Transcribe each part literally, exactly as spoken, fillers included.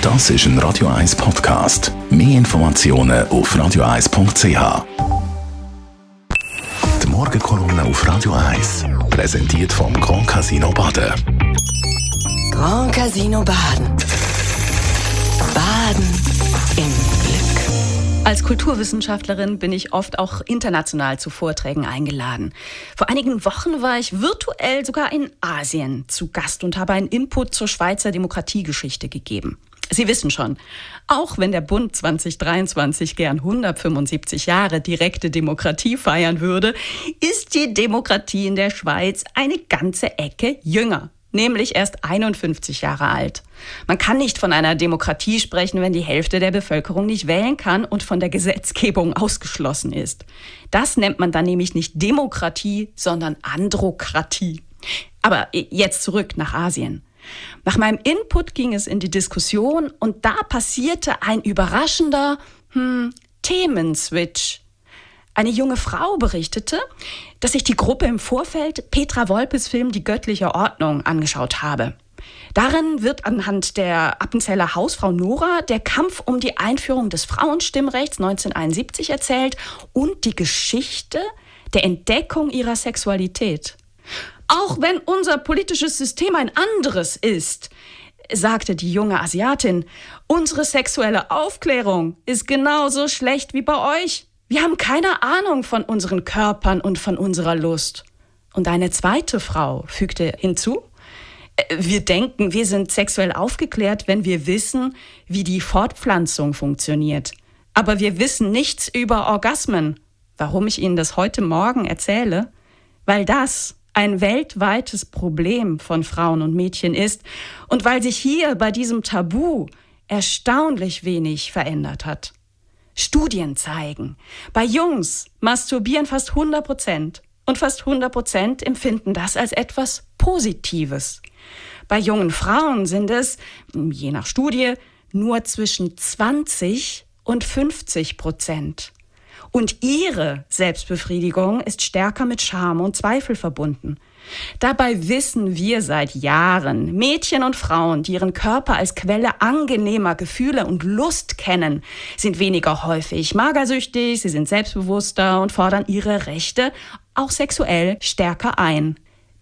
Das ist ein Radio eins Podcast. Mehr Informationen auf radio eins punkt c h. Die Morgenkolumne auf Radio eins, präsentiert vom Grand Casino Baden. Grand Casino Baden. Baden im Glück. Als Kulturwissenschaftlerin bin ich oft auch international zu Vorträgen eingeladen. Vor einigen Wochen war ich virtuell sogar in Asien zu Gast und habe einen Input zur Schweizer Demokratiegeschichte gegeben. Sie wissen schon, auch wenn der Bund zwanzig dreiundzwanzig gern hundertfünfundsiebzig Jahre direkte Demokratie feiern würde, ist die Demokratie in der Schweiz eine ganze Ecke jünger. Nämlich erst einundfünfzig Jahre alt. Man kann nicht von einer Demokratie sprechen, wenn die Hälfte der Bevölkerung nicht wählen kann und von der Gesetzgebung ausgeschlossen ist. Das nennt man dann nämlich nicht Demokratie, sondern Androkratie. Aber jetzt zurück nach Asien. Nach meinem Input ging es in die Diskussion und da passierte ein überraschender hm, Themenswitch. Eine junge Frau berichtete, dass ich die Gruppe im Vorfeld Petra Wolpes Film Die göttliche Ordnung angeschaut habe. Darin wird anhand der Appenzeller Hausfrau Nora der Kampf um die Einführung des Frauenstimmrechts neunzehnhunderteinundsiebzig erzählt und die Geschichte der Entdeckung ihrer Sexualität. Auch wenn unser politisches System ein anderes ist, sagte die junge Asiatin, unsere sexuelle Aufklärung ist genauso schlecht wie bei euch. Wir haben keine Ahnung von unseren Körpern und von unserer Lust. Und eine zweite Frau fügte hinzu, wir denken, wir sind sexuell aufgeklärt, wenn wir wissen, wie die Fortpflanzung funktioniert. Aber wir wissen nichts über Orgasmen. Warum ich Ihnen das heute Morgen erzähle? Weil das ein weltweites Problem von Frauen und Mädchen ist und weil sich hier bei diesem Tabu erstaunlich wenig verändert hat. Studien zeigen, bei Jungs masturbieren fast hundert Prozent und fast hundert Prozent empfinden das als etwas Positives. Bei jungen Frauen sind es, je nach Studie, nur zwischen zwanzig und fünfzig Prozent. Und ihre Selbstbefriedigung ist stärker mit Scham und Zweifel verbunden. Dabei wissen wir seit Jahren, Mädchen und Frauen, die ihren Körper als Quelle angenehmer Gefühle und Lust kennen, sind weniger häufig magersüchtig, sie sind selbstbewusster und fordern ihre Rechte auch sexuell stärker ein.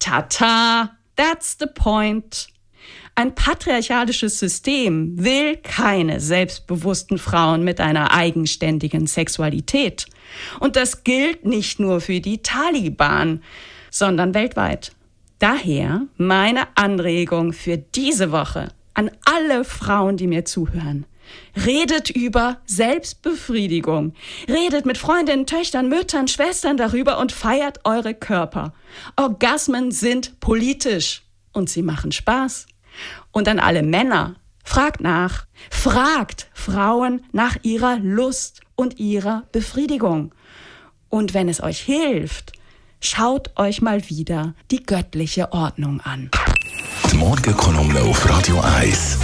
Tata, that's the point. Ein patriarchalisches System will keine selbstbewussten Frauen mit einer eigenständigen Sexualität. Und das gilt nicht nur für die Taliban, sondern weltweit. Daher meine Anregung für diese Woche an alle Frauen, die mir zuhören. Redet über Selbstbefriedigung. Redet mit Freundinnen, Töchtern, Müttern, Schwestern darüber und feiert eure Körper. Orgasmen sind politisch und sie machen Spaß. Und an alle Männer, fragt nach. Fragt Frauen nach ihrer Lust und ihrer Befriedigung. Und wenn es euch hilft, schaut euch mal wieder die göttliche Ordnung an. Die Morgenkolumne auf Radio eins.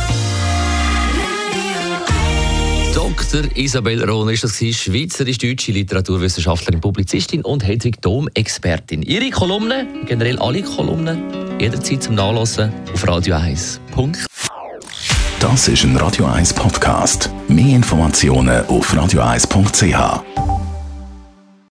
Doktor Isabel Rohner ist das, schweizerisch-deutsche Literaturwissenschaftlerin, Publizistin und Hedwig Dom-Expertin. Ihre Kolumnen, generell alle Kolumnen, jederzeit zum Nachlesen auf radio eins punkt c h. Das ist ein Radio eins Podcast. Mehr Informationen auf radio eins punkt c h.